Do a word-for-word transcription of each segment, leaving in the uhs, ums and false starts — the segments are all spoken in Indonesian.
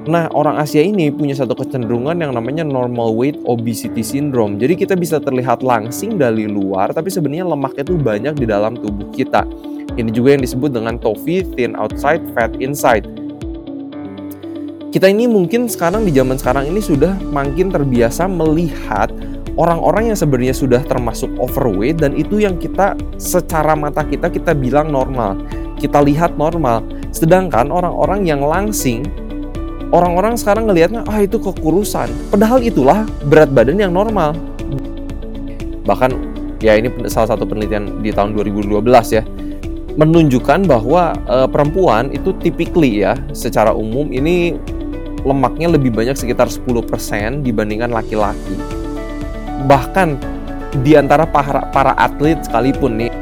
Nah, orang Asia ini punya satu kecenderungan yang namanya normal weight obesity syndrome. Jadi kita bisa terlihat langsing dari luar, tapi sebenarnya lemaknya tuh banyak di dalam tubuh kita. Ini juga yang disebut dengan T O F I, thin outside, fat inside. Kita ini mungkin sekarang di zaman sekarang ini sudah makin terbiasa melihat orang-orang yang sebenarnya sudah termasuk overweight, dan itu yang kita secara mata kita kita bilang normal. Kita lihat normal. Sedangkan orang-orang yang langsing, orang-orang sekarang ngelihatnya, ah itu kekurusan. Padahal itulah berat badan yang normal. Bahkan ya ini salah satu penelitian di tahun dua ribu dua belas ya, menunjukkan bahwa e, perempuan itu typically ya, secara umum ini lemaknya lebih banyak sekitar sepuluh persen dibandingkan laki-laki. Bahkan di antara para, para atlet sekalipun nih,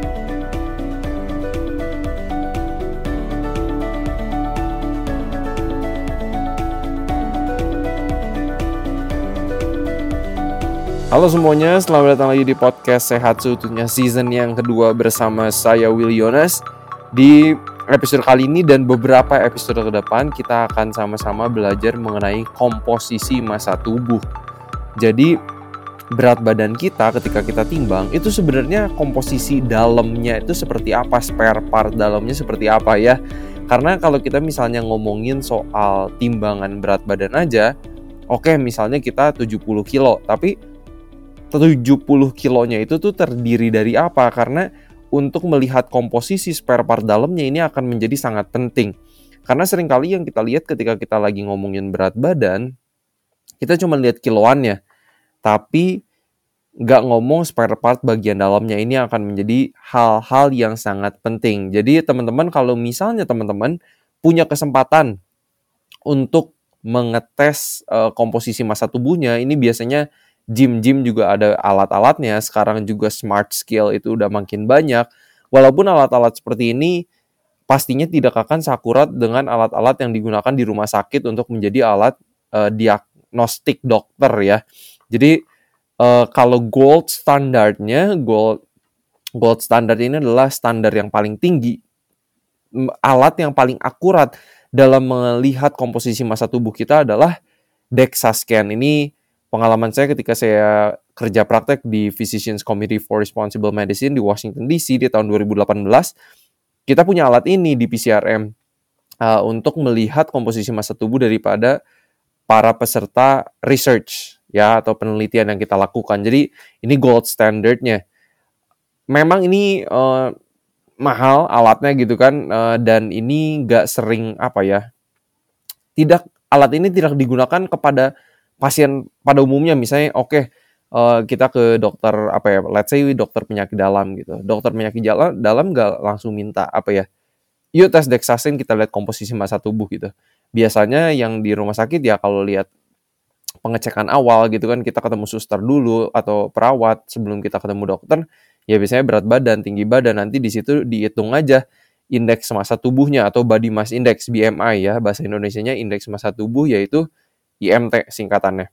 halo semuanya, selamat datang lagi di podcast Sehat Seutuhnya season yang kedua bersama saya Will Yonas. Di episode kali ini dan beberapa episode ke depan kita akan sama-sama belajar mengenai komposisi massa tubuh. Jadi berat badan kita ketika kita timbang itu sebenarnya komposisi dalamnya itu seperti apa, spare part dalamnya seperti apa ya. Karena kalau kita misalnya ngomongin soal timbangan berat badan aja, oke okay, misalnya kita tujuh puluh kilo, tapi tujuh puluh kilonya itu tuh terdiri dari apa? Karena untuk melihat komposisi spare part dalamnya ini akan menjadi sangat penting. Karena seringkali yang kita lihat ketika kita lagi ngomongin berat badan, kita cuma lihat kiloannya, tapi nggak ngomong spare part bagian dalamnya. Ini akan menjadi hal-hal yang sangat penting. Jadi teman-teman, kalau misalnya teman-teman punya kesempatan untuk mengetes uh, komposisi massa tubuhnya, ini biasanya gym-gym juga ada alat-alatnya. Sekarang juga smart scale itu udah makin banyak. Walaupun alat-alat seperti ini pastinya tidak akan seakurat dengan alat-alat yang digunakan di rumah sakit untuk menjadi alat uh, diagnostik dokter ya. Jadi uh, kalau gold standarnya, gold gold standard ini adalah standar yang paling tinggi, alat yang paling akurat dalam melihat komposisi massa tubuh kita adalah DEXA scan. Ini pengalaman saya ketika saya kerja praktek di Physicians Committee for Responsible Medicine di Washington D C di tahun dua ribu delapan belas. Kita punya alat ini di P C R M uh, untuk melihat komposisi massa tubuh daripada para peserta research ya, atau penelitian yang kita lakukan. Jadi ini gold standardnya. Memang ini uh, mahal alatnya gitu kan, uh, dan ini nggak sering apa ya, tidak alat ini tidak digunakan kepada pasien pada umumnya. Misalnya oke okay, uh, kita ke dokter apa ya, let's say dokter penyakit dalam gitu. Dokter penyakit dalam dalam nggak langsung minta apa ya, yuk tes DEXA scan kita lihat komposisi massa tubuh gitu. Biasanya yang di rumah sakit ya kalau lihat pengecekan awal gitu kan, kita ketemu suster dulu atau perawat sebelum kita ketemu dokter. Ya biasanya berat badan, tinggi badan, nanti di situ dihitung aja indeks massa tubuhnya atau body mass index, B M I ya, bahasa Indonesianya indeks massa tubuh, yaitu I M T singkatannya.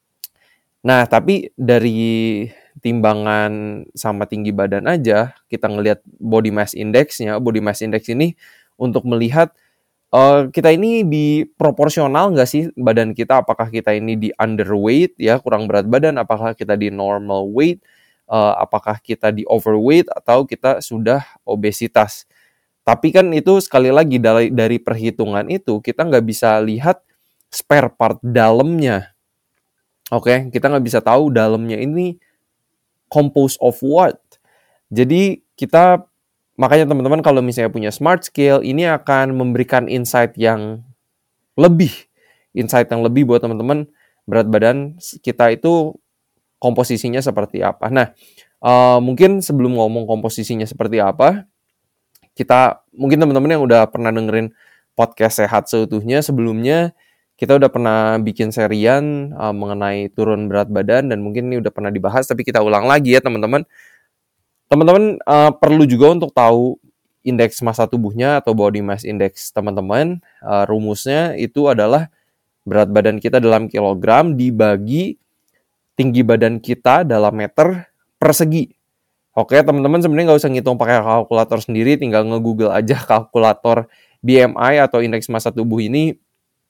Nah, tapi dari timbangan sama tinggi badan aja, kita ngelihat body mass index-nya. Body mass index ini untuk melihat uh, kita ini di proporsional nggak sih badan kita, apakah kita ini di underweight ya, kurang berat badan, apakah kita di normal weight, uh, apakah kita di overweight, atau kita sudah obesitas. Tapi kan itu sekali lagi dari, dari perhitungan itu kita nggak bisa lihat spare part dalamnya. Oke, okay? Kita nggak bisa tahu dalamnya ini composed of what. Jadi kita, makanya teman-teman kalau misalnya punya smart scale, ini akan memberikan insight yang lebih, insight yang lebih buat teman-teman berat badan kita itu komposisinya seperti apa. Nah, uh, mungkin sebelum ngomong komposisinya seperti apa, kita, mungkin teman-teman yang udah pernah dengerin podcast Sehat Seutuhnya sebelumnya, kita udah pernah bikin serian uh, mengenai turun berat badan, dan mungkin ini udah pernah dibahas, tapi kita ulang lagi ya teman-teman. Teman-teman uh, perlu juga untuk tahu indeks massa tubuhnya atau body mass index teman-teman. Uh, rumusnya itu adalah berat badan kita dalam kilogram dibagi tinggi badan kita dalam meter persegi. Oke teman-teman, sebenarnya nggak usah ngitung pakai kalkulator sendiri, tinggal nge-google aja kalkulator B M I atau indeks massa tubuh ini.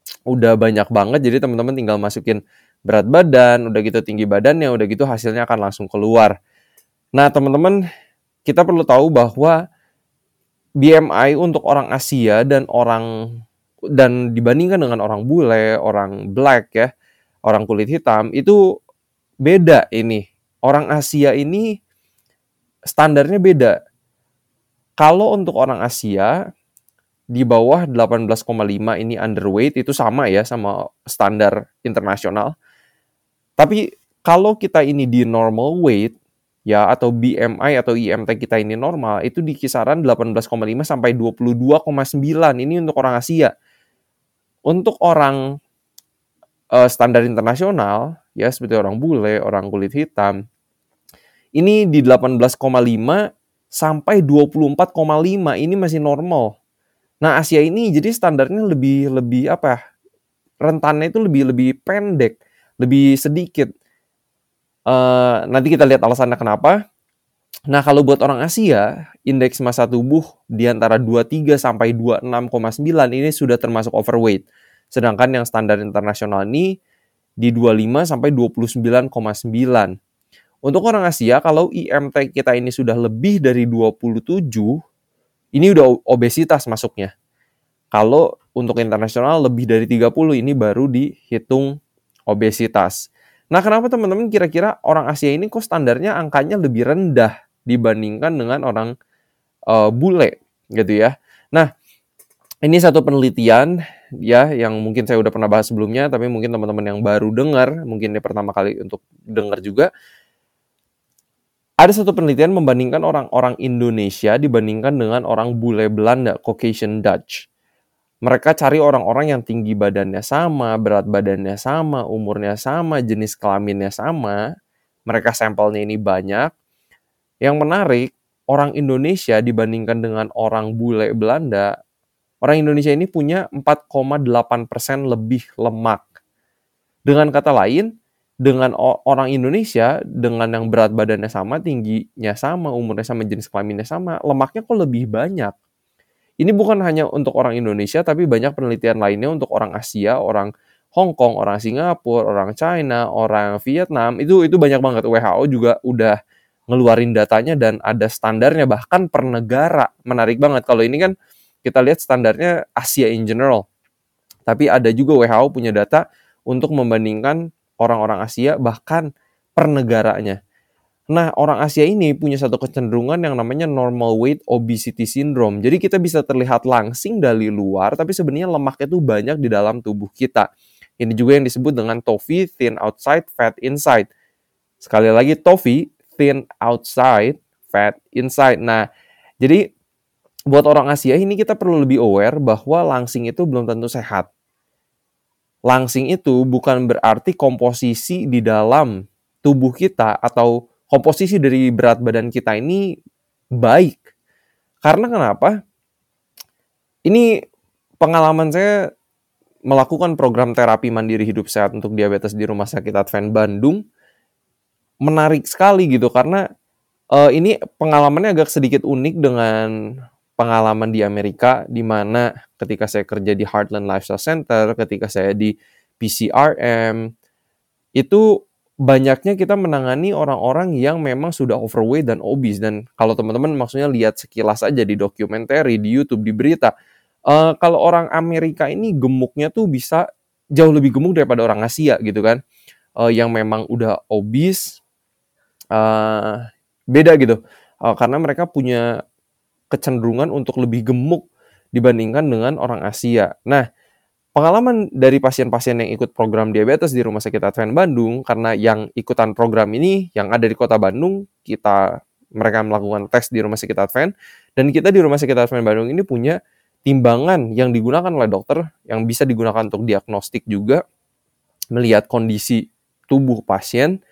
udah banyak banget, jadi teman-teman tinggal masukin berat badan, udah gitu tinggi badannya, udah gitu hasilnya akan langsung keluar. Nah, teman-teman, kita perlu tahu bahwa B M I untuk orang Asia dan orang dan dibandingkan dengan orang bule, orang black ya, orang kulit hitam, itu beda ini. Orang Asia ini standarnya beda. Kalau untuk orang Asia di bawah delapan belas koma lima ini underweight, itu sama ya sama standar internasional. Tapi kalau kita ini di normal weight ya, atau B M I atau I M T kita ini normal, itu di kisaran delapan belas koma lima sampai dua puluh dua koma sembilan. Ini untuk orang Asia. Untuk orang uh, standar internasional ya, seperti orang bule, orang kulit hitam, ini di delapan belas koma lima sampai dua puluh empat koma lima. Ini masih normal. Nah, Asia ini jadi standarnya lebih lebih apa ya? Rentannya itu lebih lebih pendek, lebih sedikit. Uh, nanti kita lihat alasannya kenapa. Nah, kalau buat orang Asia, indeks massa tubuh di antara dua puluh tiga sampai dua puluh enam koma sembilan ini sudah termasuk overweight. Sedangkan yang standar internasional ini di dua puluh lima sampai dua puluh sembilan koma sembilan. Untuk orang Asia, kalau I M T kita ini sudah lebih dari dua puluh tujuh, ini udah obesitas masuknya. Kalau untuk internasional lebih dari tiga puluh, ini baru dihitung obesitas. Nah, kenapa teman-teman kira-kira orang Asia ini kok standarnya angkanya lebih rendah dibandingkan dengan orang uh, bule gitu ya. Nah, ini satu penelitian ya yang mungkin saya udah pernah bahas sebelumnya, tapi mungkin teman-teman yang baru dengar, mungkin ini pertama kali untuk dengar juga. Ada satu penelitian membandingkan orang-orang Indonesia dibandingkan dengan orang bule Belanda, Caucasian Dutch. Mereka cari orang-orang yang tinggi badannya sama, berat badannya sama, umurnya sama, jenis kelaminnya sama. Mereka sampelnya ini banyak. Yang menarik, orang Indonesia dibandingkan dengan orang bule Belanda, orang Indonesia ini punya empat koma delapan persen lebih lemak. Dengan kata lain, dengan orang Indonesia, dengan yang berat badannya sama, tingginya sama, umurnya sama, jenis kelaminnya sama, lemaknya kok lebih banyak. Ini bukan hanya untuk orang Indonesia, tapi banyak penelitian lainnya untuk orang Asia, orang Hong Kong, orang Singapura, orang China, orang Vietnam. Itu itu banyak banget. W H O juga udah ngeluarin datanya dan ada standarnya bahkan per negara. Menarik banget. Kalau ini kan kita lihat standarnya Asia in general. Tapi ada juga W H O punya data untuk membandingkan orang-orang Asia bahkan per negaranya. Nah, orang Asia ini punya satu kecenderungan yang namanya normal weight obesity syndrome. Jadi kita bisa terlihat langsing dari luar, tapi sebenarnya lemaknya itu banyak di dalam tubuh kita. Ini juga yang disebut dengan T O F I, thin outside, fat inside. Sekali lagi, T O F I, thin outside, fat inside. Nah, jadi buat orang Asia ini kita perlu lebih aware bahwa langsing itu belum tentu sehat. Langsing itu bukan berarti komposisi di dalam tubuh kita atau komposisi dari berat badan kita ini baik. Karena kenapa? Ini pengalaman saya melakukan program terapi mandiri hidup sehat untuk diabetes di Rumah Sakit Advent Bandung. Menarik sekali gitu karena uh, ini pengalamannya agak sedikit unik dengan pengalaman di Amerika, di mana ketika saya kerja di Heartland Lifestyle Center, ketika saya di P C R M, itu banyaknya kita menangani orang-orang yang memang sudah overweight dan obese. Dan kalau teman-teman maksudnya lihat sekilas aja di dokumenter, di YouTube, di berita, uh, kalau orang Amerika ini gemuknya tuh bisa jauh lebih gemuk daripada orang Asia gitu kan, uh, yang memang udah obese, uh, beda gitu, uh, karena mereka punya kecenderungan untuk lebih gemuk dibandingkan dengan orang Asia. Nah, pengalaman dari pasien-pasien yang ikut program diabetes di Rumah Sakit Advent Bandung, karena yang ikutan program ini yang ada di kota Bandung, kita mereka melakukan tes di Rumah Sakit Advent, dan kita di Rumah Sakit Advent Bandung ini punya timbangan yang digunakan oleh dokter, yang bisa digunakan untuk diagnostik juga, melihat kondisi tubuh pasien.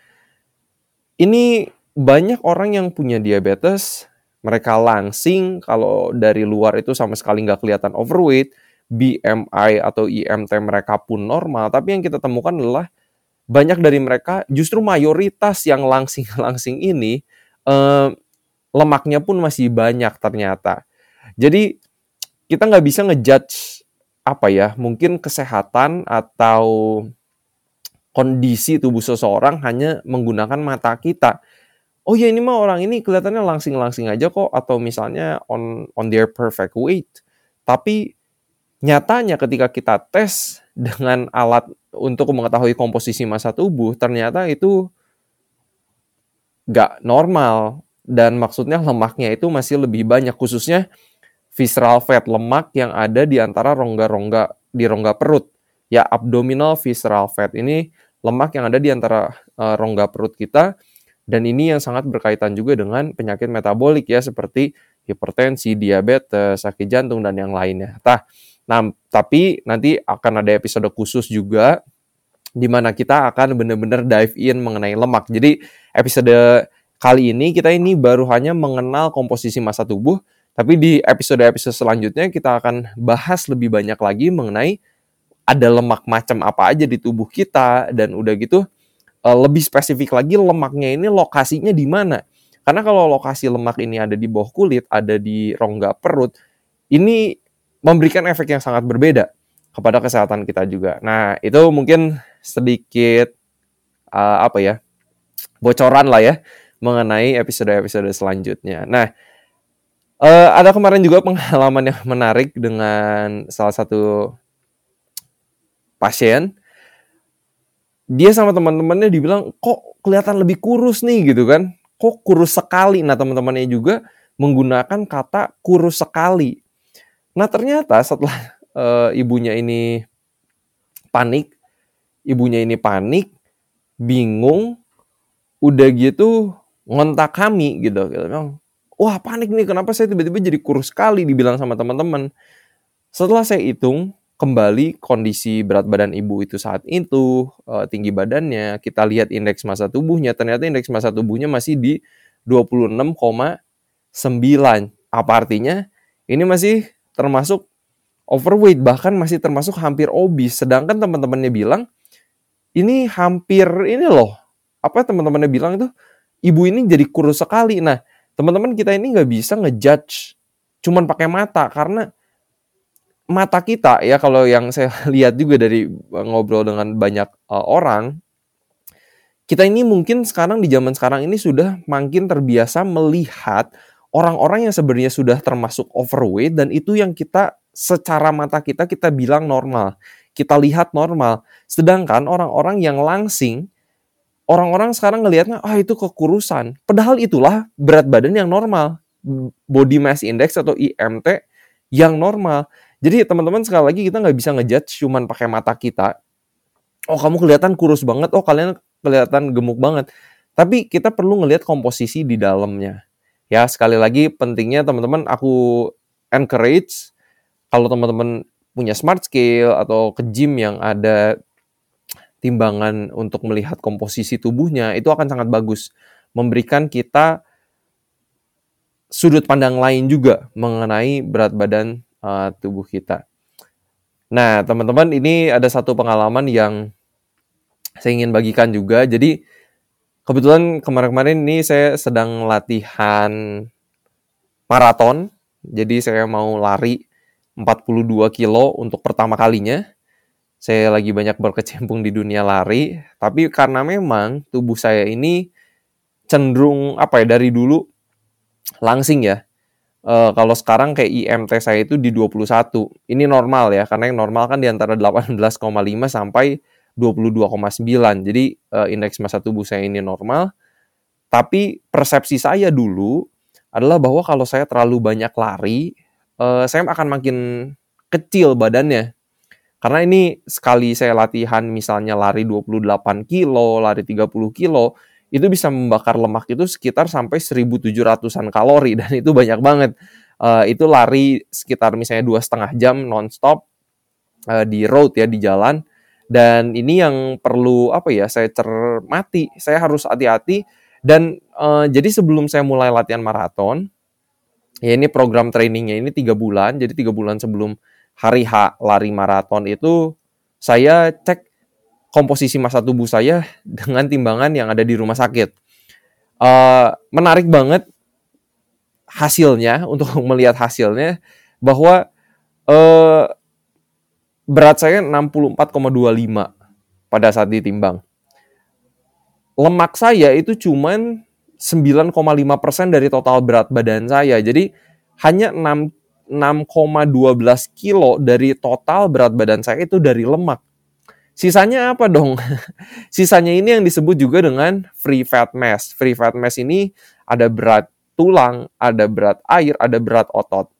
Ini banyak orang yang punya diabetes, mereka langsing, kalau dari luar itu sama sekali nggak kelihatan overweight, B M I atau I M T mereka pun normal, tapi yang kita temukan adalah banyak dari mereka, justru mayoritas yang langsing-langsing ini, eh, lemaknya pun masih banyak ternyata. Jadi kita nggak bisa ngejudge apa ya, mungkin kesehatan atau kondisi tubuh seseorang hanya menggunakan mata kita. Oh ya ini mah orang ini kelihatannya langsing-langsing aja kok, atau misalnya on on their perfect weight. Tapi nyatanya ketika kita tes dengan alat untuk mengetahui komposisi massa tubuh, ternyata itu nggak normal. Dan maksudnya lemaknya itu masih lebih banyak, khususnya visceral fat, lemak yang ada di antara rongga-rongga di rongga perut. Ya, abdominal visceral fat ini lemak yang ada di antara uh, rongga perut kita, dan ini yang sangat berkaitan juga dengan penyakit metabolik ya, seperti hipertensi, diabetes, sakit jantung, dan yang lainnya. Nah, nah tapi nanti akan ada episode khusus juga di mana kita akan benar-benar dive in mengenai lemak. Jadi episode kali ini kita ini baru hanya mengenal komposisi massa tubuh, tapi di episode-episode selanjutnya kita akan bahas lebih banyak lagi mengenai ada lemak macam apa aja di tubuh kita, dan udah gitu lebih spesifik lagi lemaknya ini lokasinya di mana. Karena kalau lokasi lemak ini ada di bawah kulit, ada di rongga perut, ini memberikan efek yang sangat berbeda kepada kesehatan kita juga. Nah, itu mungkin sedikit uh, apa ya, bocoran lah ya mengenai episode-episode selanjutnya. Nah, uh, ada kemarin juga pengalaman yang menarik dengan salah satu pasien. Dia sama teman-temannya dibilang, kok kelihatan lebih kurus nih gitu kan. Kok kurus sekali. Nah, teman-temannya juga menggunakan kata kurus sekali. Nah, ternyata setelah uh, ibunya ini panik, ibunya ini panik, bingung, udah gitu ngontak kami gitu. Kita bilang, wah panik nih, kenapa saya tiba-tiba jadi kurus sekali, dibilang sama teman-teman. Setelah saya hitung kembali kondisi berat badan ibu itu saat itu, tinggi badannya, kita lihat indeks massa tubuhnya, ternyata indeks massa tubuhnya masih di dua puluh enam koma sembilan. Apa artinya? Ini masih termasuk overweight, bahkan masih termasuk hampir obes. Sedangkan teman-temannya bilang, ini hampir ini loh, apa teman-temannya bilang itu, ibu ini jadi kurus sekali. Nah, teman-teman kita ini nggak bisa ngejudge cuman pakai mata, karena mata kita ya, kalau yang saya lihat juga dari ngobrol dengan banyak uh, orang, kita ini mungkin sekarang di zaman sekarang ini sudah makin terbiasa melihat orang-orang yang sebenarnya sudah termasuk overweight, dan itu yang kita secara mata kita kita bilang normal, kita lihat normal. Sedangkan orang-orang yang langsing, orang-orang sekarang ngelihatnya, ah itu kekurusan. Padahal itulah berat badan yang normal, body mass index atau I M T yang normal. Jadi teman-teman sekali lagi kita nggak bisa ngejudge cuman pakai mata kita. Oh kamu kelihatan kurus banget, oh kalian kelihatan gemuk banget. Tapi kita perlu ngelihat komposisi di dalamnya. Ya sekali lagi pentingnya teman-teman, aku encourage kalau teman-teman punya smart scale atau ke gym yang ada timbangan untuk melihat komposisi tubuhnya, itu akan sangat bagus. Memberikan kita sudut pandang lain juga mengenai berat badan uh, tubuh kita. Nah, teman-teman, ini ada satu pengalaman yang saya ingin bagikan juga. Jadi, kebetulan kemarin-kemarin ini saya sedang latihan maraton. Jadi, saya mau lari empat puluh dua kilo untuk pertama kalinya. Saya lagi banyak berkecimpung di dunia lari, tapi karena memang tubuh saya ini cenderung apa ya, dari dulu langsing ya. E, kalau sekarang kayak I M T saya itu di dua puluh satu. Ini normal ya, karena yang normal kan di antara delapan belas koma lima sampai dua puluh dua koma sembilan. Jadi e, indeks massa tubuh saya ini normal. Tapi persepsi saya dulu adalah bahwa kalau saya terlalu banyak lari, e, saya akan makin kecil badannya. Karena ini sekali saya latihan misalnya lari dua puluh delapan kilo, lari tiga puluh kilo, itu bisa membakar lemak itu sekitar sampai seribu tujuh ratusan kalori, dan itu banyak banget. Uh, itu lari sekitar misalnya dua setengah jam non-stop uh, di road ya, di jalan. Dan ini yang perlu apa ya, saya cermati, saya harus hati-hati. Dan uh, jadi sebelum saya mulai latihan maraton, ya ini program trainingnya ini tiga bulan, jadi tiga bulan sebelum hari H lari maraton itu saya cek komposisi massa tubuh saya dengan timbangan yang ada di rumah sakit. Uh, menarik banget hasilnya, untuk melihat hasilnya bahwa uh, berat saya enam puluh empat koma dua lima pada saat ditimbang. Lemak saya itu cuman sembilan koma lima persen dari total berat badan saya. Jadi hanya enam koma satu dua kilo dari total berat badan saya itu dari lemak. Sisanya apa dong? Sisanya ini yang disebut juga dengan free fat mass. Free fat mass ini ada berat tulang, ada berat air, ada berat otot.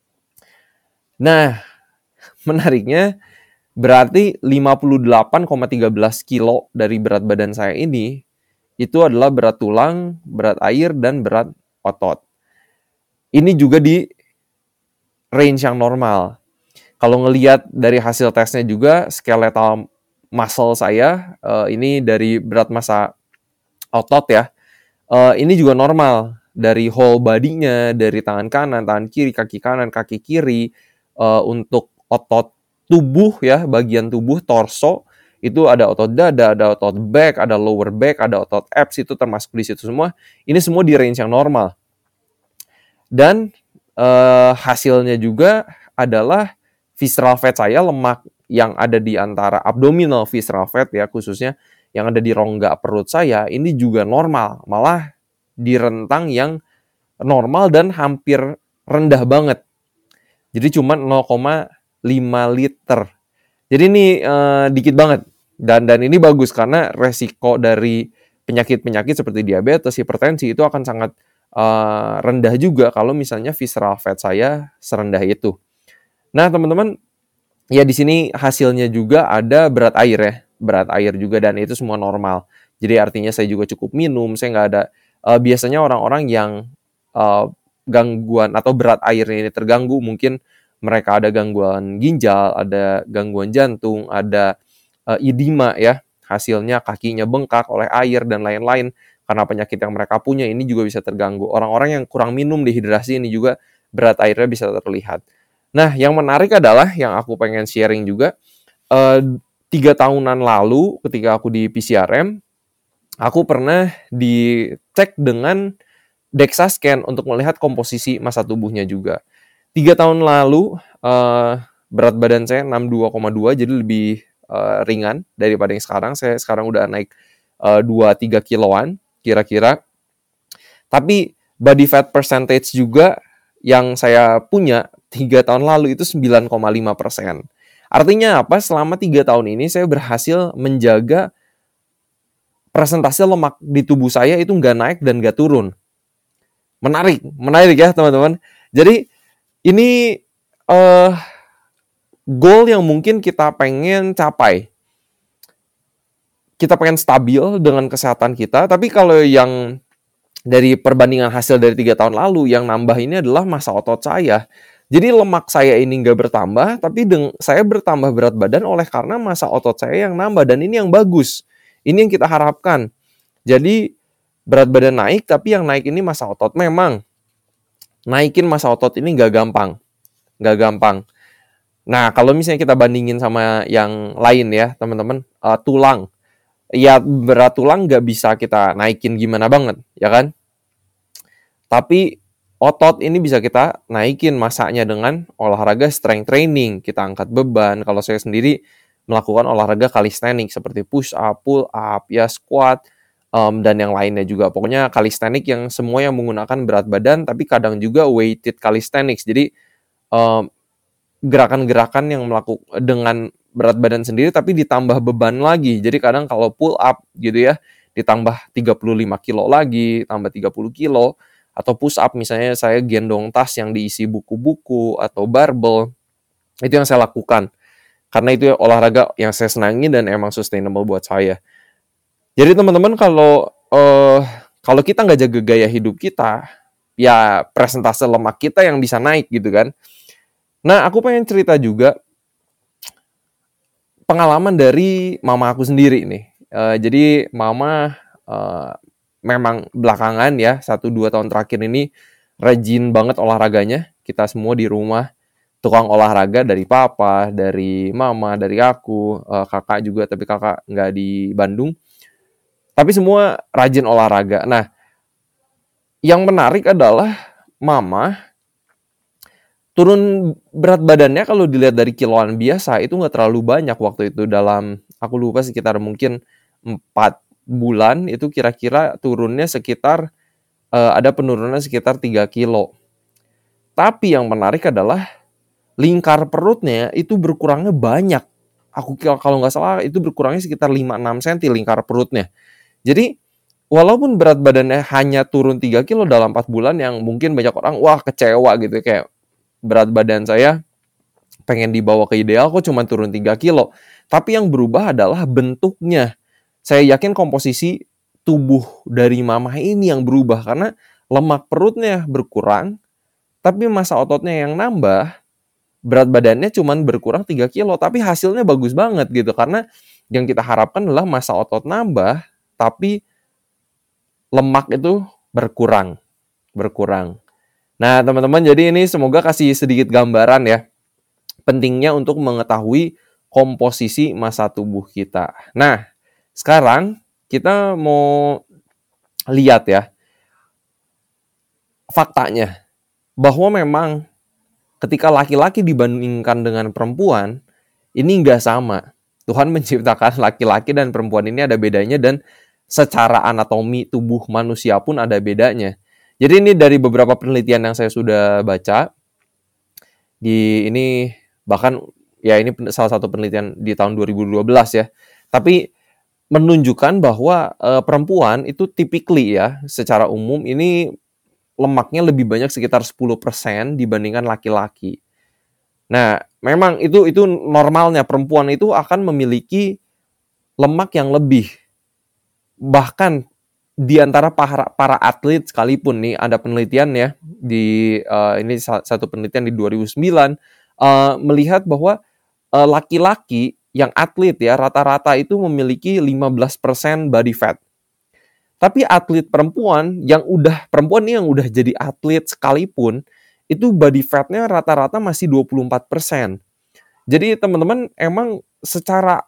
Nah, menariknya berarti lima puluh delapan koma satu tiga kilo dari berat badan saya ini itu adalah berat tulang, berat air, dan berat otot. Ini juga di range yang normal. Kalau ngelihat dari hasil tesnya juga, skeletal muscle saya, uh, ini dari berat massa otot ya, uh, ini juga normal. Dari whole body-nya, dari tangan kanan, tangan kiri, kaki kanan, kaki kiri, uh, untuk otot tubuh ya, bagian tubuh, torso, itu ada otot dada, ada otot back, ada lower back, ada otot abs, itu termasuk di situ semua. Ini semua di range yang normal. Dan uh, hasilnya juga adalah visceral fat saya, lemak yang ada di antara abdominal visceral fat ya, khususnya yang ada di rongga perut saya, ini juga normal. Malah di rentang yang normal dan hampir rendah banget. Jadi cuma nol koma lima liter. Jadi ini uh, dikit banget. Dan dan ini bagus karena resiko dari penyakit-penyakit seperti diabetes, hipertensi itu akan sangat uh, rendah juga kalau misalnya visceral fat saya serendah itu. Nah, teman-teman, ya di sini hasilnya juga ada berat air ya. Berat air juga dan itu semua normal. Jadi artinya saya juga cukup minum, saya nggak ada uh, biasanya orang-orang yang uh, gangguan atau berat airnya ini terganggu, mungkin mereka ada gangguan ginjal, ada gangguan jantung, ada uh, edema ya, hasilnya kakinya bengkak oleh air dan lain-lain karena penyakit yang mereka punya ini juga bisa terganggu. Orang-orang yang kurang minum, dehidrasi ini juga berat airnya bisa terlihat. Nah, yang menarik adalah yang aku pengen sharing juga, uh, tiga tahunan lalu ketika aku di P C R M, aku pernah dicek dengan DEXA scan untuk melihat komposisi massa tubuhnya juga. Tiga tahun lalu, uh, berat badan saya enam puluh dua koma dua, jadi lebih uh, ringan daripada yang sekarang. Saya sekarang udah naik uh, dua sampai tiga kiloan kira-kira. Tapi body fat percentage juga yang saya punya tiga tahun lalu itu sembilan koma lima persen. Artinya apa? Selama tiga tahun ini saya berhasil menjaga persentase lemak di tubuh saya itu nggak naik dan nggak turun. Menarik, menarik ya teman-teman. Jadi ini uh, goal yang mungkin kita pengen capai. Kita pengen stabil dengan kesehatan kita, tapi kalau yang dari perbandingan hasil dari tiga tahun lalu, yang nambah ini adalah massa otot saya. Jadi lemak saya ini nggak bertambah, tapi deng- saya bertambah berat badan oleh karena massa otot saya yang nambah, dan ini yang bagus. Ini yang kita harapkan. Jadi berat badan naik, tapi yang naik ini massa otot. Memang naikin massa otot ini nggak gampang. Nggak gampang. Nah, kalau misalnya kita bandingin sama yang lain ya, teman-teman, uh, tulang. Ya, berat tulang nggak bisa kita naikin gimana banget, ya kan? Tapi otot ini bisa kita naikin masanya dengan olahraga strength training. Kita angkat beban. Kalau saya sendiri melakukan olahraga calisthenics seperti push up, pull up, ya squat, um, dan yang lainnya juga. Pokoknya calisthenics yang semua yang menggunakan berat badan, tapi kadang juga weighted calisthenics. Jadi um, gerakan-gerakan yang melakukan dengan berat badan sendiri tapi ditambah beban lagi. Jadi kadang kalau pull up gitu ya, ditambah tiga puluh lima kilo lagi, tambah tiga puluh kilo. Atau push up misalnya saya gendong tas yang diisi buku-buku atau barbel. Itu yang saya lakukan. Karena itu olahraga yang saya senangi dan emang sustainable buat saya. Jadi teman-teman kalau uh, kalau kita nggak jaga gaya hidup kita, ya presentase lemak kita yang bisa naik gitu kan. Nah, aku pengen cerita juga pengalaman dari mama aku sendiri nih. Uh, jadi mama uh, memang belakangan ya, satu dua tahun terakhir ini rajin banget olahraganya. Kita semua di rumah tukang olahraga, dari papa, dari mama, dari aku, uh, kakak juga, tapi kakak nggak di Bandung. Tapi semua rajin olahraga. Nah, yang menarik adalah mama turun berat badannya kalau dilihat dari kiloan biasa itu nggak terlalu banyak waktu itu, dalam aku lupa sekitar mungkin empat bulan itu kira-kira turunnya sekitar uh, ada penurunan sekitar tiga kilo. Tapi yang menarik adalah lingkar perutnya itu berkurangnya banyak. Aku kira kalau nggak salah itu berkurangnya sekitar lima enam sentimeter lingkar perutnya. Jadi walaupun berat badannya hanya turun tiga kilo dalam empat bulan, yang mungkin banyak orang wah kecewa gitu, kayak berat badan saya pengen dibawa ke ideal kok cuma turun tiga kilo. Tapi yang berubah adalah bentuknya. Saya yakin komposisi tubuh dari mamah ini yang berubah karena lemak perutnya berkurang, tapi massa ototnya yang nambah. Berat badannya cuma berkurang tiga kilo, tapi hasilnya bagus banget gitu. Karena yang kita harapkan adalah massa otot nambah, tapi lemak itu berkurang. Berkurang. Nah, teman-teman, jadi ini semoga kasih sedikit gambaran ya, pentingnya untuk mengetahui komposisi massa tubuh kita. Nah, sekarang kita mau lihat ya, faktanya, bahwa memang ketika laki-laki dibandingkan dengan perempuan, ini nggak sama. Tuhan menciptakan laki-laki dan perempuan ini ada bedanya, dan secara anatomi tubuh manusia pun ada bedanya. Jadi ini dari beberapa penelitian yang saya sudah baca, di ini bahkan ya ini salah satu penelitian di tahun dua ribu dua belas ya, tapi menunjukkan bahwa e, perempuan itu typically ya, secara umum ini lemaknya lebih banyak sekitar sepuluh persen dibandingkan laki-laki. Nah, memang itu itu normalnya, perempuan itu akan memiliki lemak yang lebih. Bahkan di antara para, para atlet sekalipun nih, ada penelitian ya, di uh, ini satu penelitian di dua ribu sembilan uh, melihat bahwa uh, laki-laki yang atlet ya rata-rata itu memiliki lima belas persen body fat. Tapi atlet perempuan yang udah perempuan nih yang udah jadi atlet sekalipun itu body fatnya rata-rata masih dua puluh empat persen. Jadi teman-teman, emang secara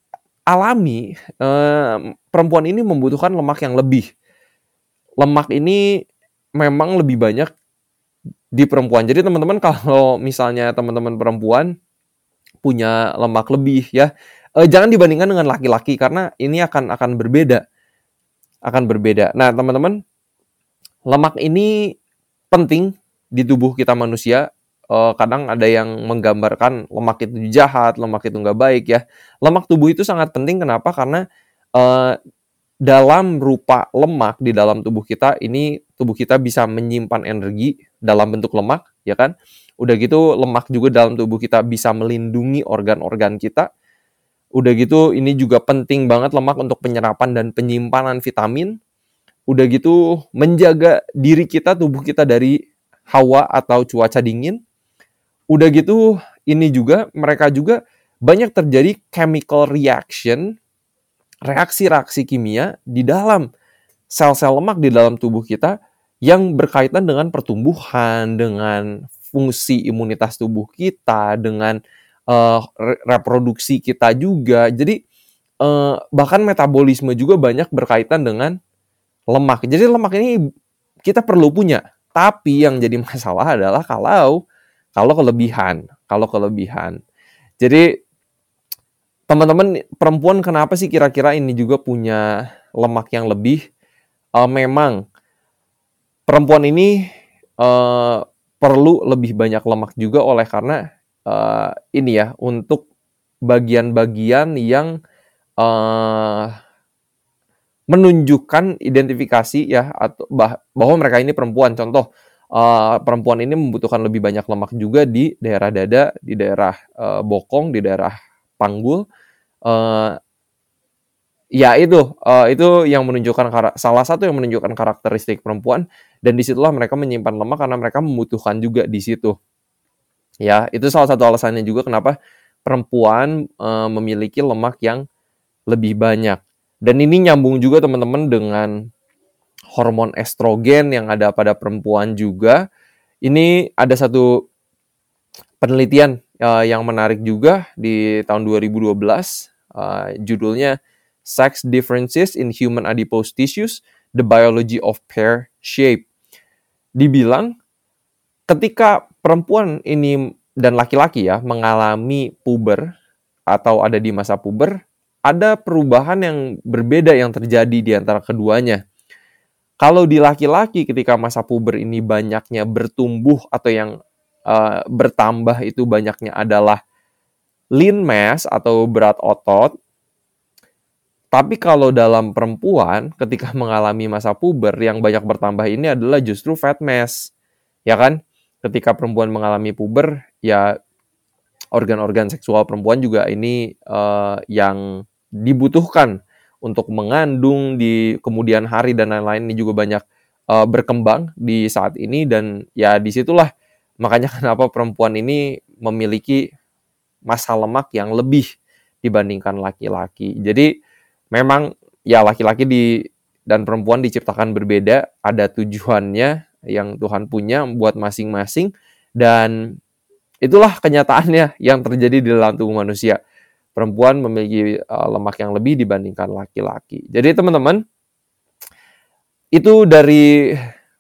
alami eh, perempuan ini membutuhkan lemak yang lebih. Lemak ini memang lebih banyak di perempuan. Jadi teman-teman, kalau misalnya teman-teman perempuan punya lemak lebih ya, eh, jangan dibandingkan dengan laki-laki karena ini akan akan berbeda. Akan berbeda. Nah, teman-teman, lemak ini penting di tubuh kita manusia. Uh, kadang ada yang menggambarkan lemak itu jahat, lemak itu nggak baik ya. Lemak tubuh itu sangat penting. Kenapa? Karena uh, dalam rupa lemak di dalam tubuh kita, ini tubuh kita bisa menyimpan energi dalam bentuk lemak, ya kan? Udah gitu lemak juga dalam tubuh kita bisa melindungi organ-organ kita. Udah gitu ini juga penting banget lemak untuk penyerapan dan penyimpanan vitamin. Udah gitu menjaga diri kita, tubuh kita dari hawa atau cuaca dingin. Udah gitu, ini juga, mereka juga banyak terjadi chemical reaction, reaksi-reaksi kimia di dalam sel-sel lemak di dalam tubuh kita yang berkaitan dengan pertumbuhan, dengan fungsi imunitas tubuh kita, dengan uh, reproduksi kita juga. Jadi uh, bahkan metabolisme juga banyak berkaitan dengan lemak. Jadi lemak ini kita perlu punya. Tapi yang jadi masalah adalah kalau Kalau kelebihan, kalau kelebihan. Jadi teman-teman perempuan kenapa sih kira-kira ini juga punya lemak yang lebih? Uh, memang perempuan ini uh, perlu lebih banyak lemak juga oleh karena uh, ini ya, untuk bagian-bagian yang uh, menunjukkan identifikasi ya, atau bah- bahwa mereka ini perempuan. Contoh, Uh, perempuan ini membutuhkan lebih banyak lemak juga di daerah dada, di daerah uh, bokong, di daerah panggul. Uh, ya itu, uh, itu yang menunjukkan salah satu yang menunjukkan karakteristik perempuan, dan disitulah mereka menyimpan lemak karena mereka membutuhkan juga di situ. Ya, itu salah satu alasannya juga kenapa perempuan uh, memiliki lemak yang lebih banyak. Dan ini nyambung juga teman-teman dengan hormon estrogen yang ada pada perempuan juga. Ini ada satu penelitian uh, yang menarik juga di tahun dua ribu dua belas. Uh, judulnya Sex Differences in Human Adipose Tissues, The Biology of Pear Shape. Dibilang ketika perempuan ini dan laki-laki ya mengalami puber atau ada di masa puber, ada perubahan yang berbeda yang terjadi di antara keduanya. Kalau di laki-laki ketika masa puber ini banyaknya bertumbuh atau yang uh, bertambah itu banyaknya adalah lean mass atau berat otot. Tapi kalau dalam perempuan ketika mengalami masa puber yang banyak bertambah ini adalah justru fat mass. Ya kan? Ketika perempuan mengalami puber, ya organ-organ seksual perempuan juga ini uh, yang dibutuhkan untuk mengandung di kemudian hari dan lain-lain ini juga banyak uh, berkembang di saat ini, dan ya disitulah makanya kenapa perempuan ini memiliki massa lemak yang lebih dibandingkan laki-laki. Jadi memang ya laki-laki di dan perempuan diciptakan berbeda, ada tujuannya yang Tuhan punya buat masing-masing, dan itulah kenyataannya yang terjadi di dalam tubuh manusia. Perempuan memiliki uh, lemak yang lebih dibandingkan laki-laki. Jadi teman-teman, itu dari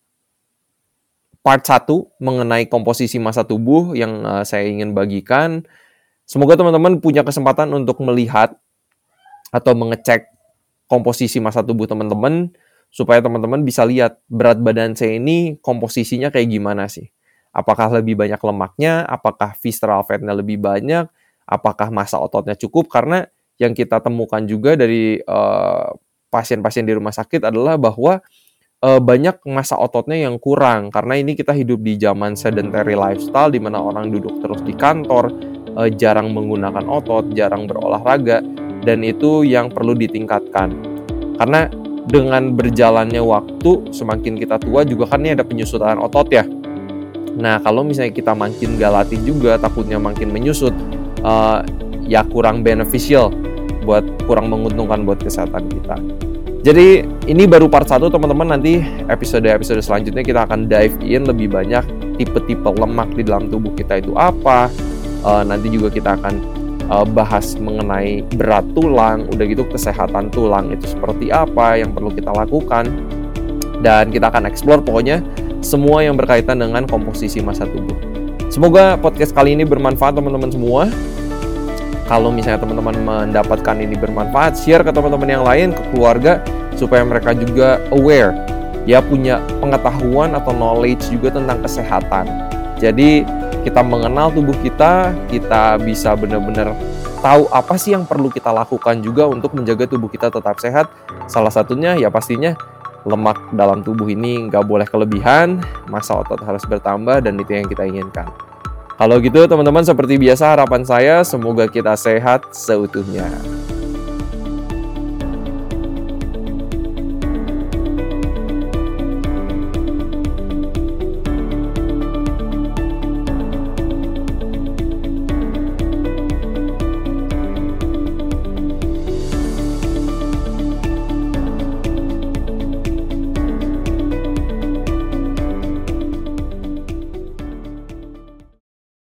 part satu mengenai komposisi massa tubuh yang uh, saya ingin bagikan. Semoga teman-teman punya kesempatan untuk melihat atau mengecek komposisi massa tubuh teman-teman, supaya teman-teman bisa lihat berat badan saya ini komposisinya kayak gimana sih. Apakah lebih banyak lemaknya, apakah visceral fatnya lebih banyak, apakah massa ototnya cukup, karena yang kita temukan juga dari uh, pasien-pasien di rumah sakit adalah bahwa uh, banyak massa ototnya yang kurang, karena ini kita hidup di zaman sedentary lifestyle di mana orang duduk terus di kantor, uh, jarang menggunakan otot, jarang berolahraga, dan itu yang perlu ditingkatkan. Karena dengan berjalannya waktu, semakin kita tua juga kan ini ada penyusutan otot ya. Nah, kalau misalnya kita makin gak latih juga, takutnya makin menyusut, uh, ya kurang beneficial, buat kurang menguntungkan buat kesehatan kita. Jadi, ini baru part satu teman-teman. Nanti episode-episode selanjutnya kita akan dive in lebih banyak tipe-tipe lemak di dalam tubuh kita itu apa. Uh, nanti juga kita akan uh, bahas mengenai berat tulang, udah gitu kesehatan tulang itu seperti apa yang perlu kita lakukan. Dan kita akan explore pokoknya semua yang berkaitan dengan komposisi massa tubuh. Semoga podcast kali ini bermanfaat teman-teman semua. Kalau misalnya teman-teman mendapatkan ini bermanfaat, share ke teman-teman yang lain, ke keluarga, supaya mereka juga aware, ya punya pengetahuan atau knowledge juga tentang kesehatan. Jadi kita mengenal tubuh kita, kita bisa benar-benar tahu apa sih yang perlu kita lakukan juga untuk menjaga tubuh kita tetap sehat. Salah satunya ya pastinya lemak dalam tubuh ini nggak boleh kelebihan, massa otot harus bertambah, dan itu yang kita inginkan. Kalau gitu teman-teman, seperti biasa harapan saya semoga kita sehat seutuhnya.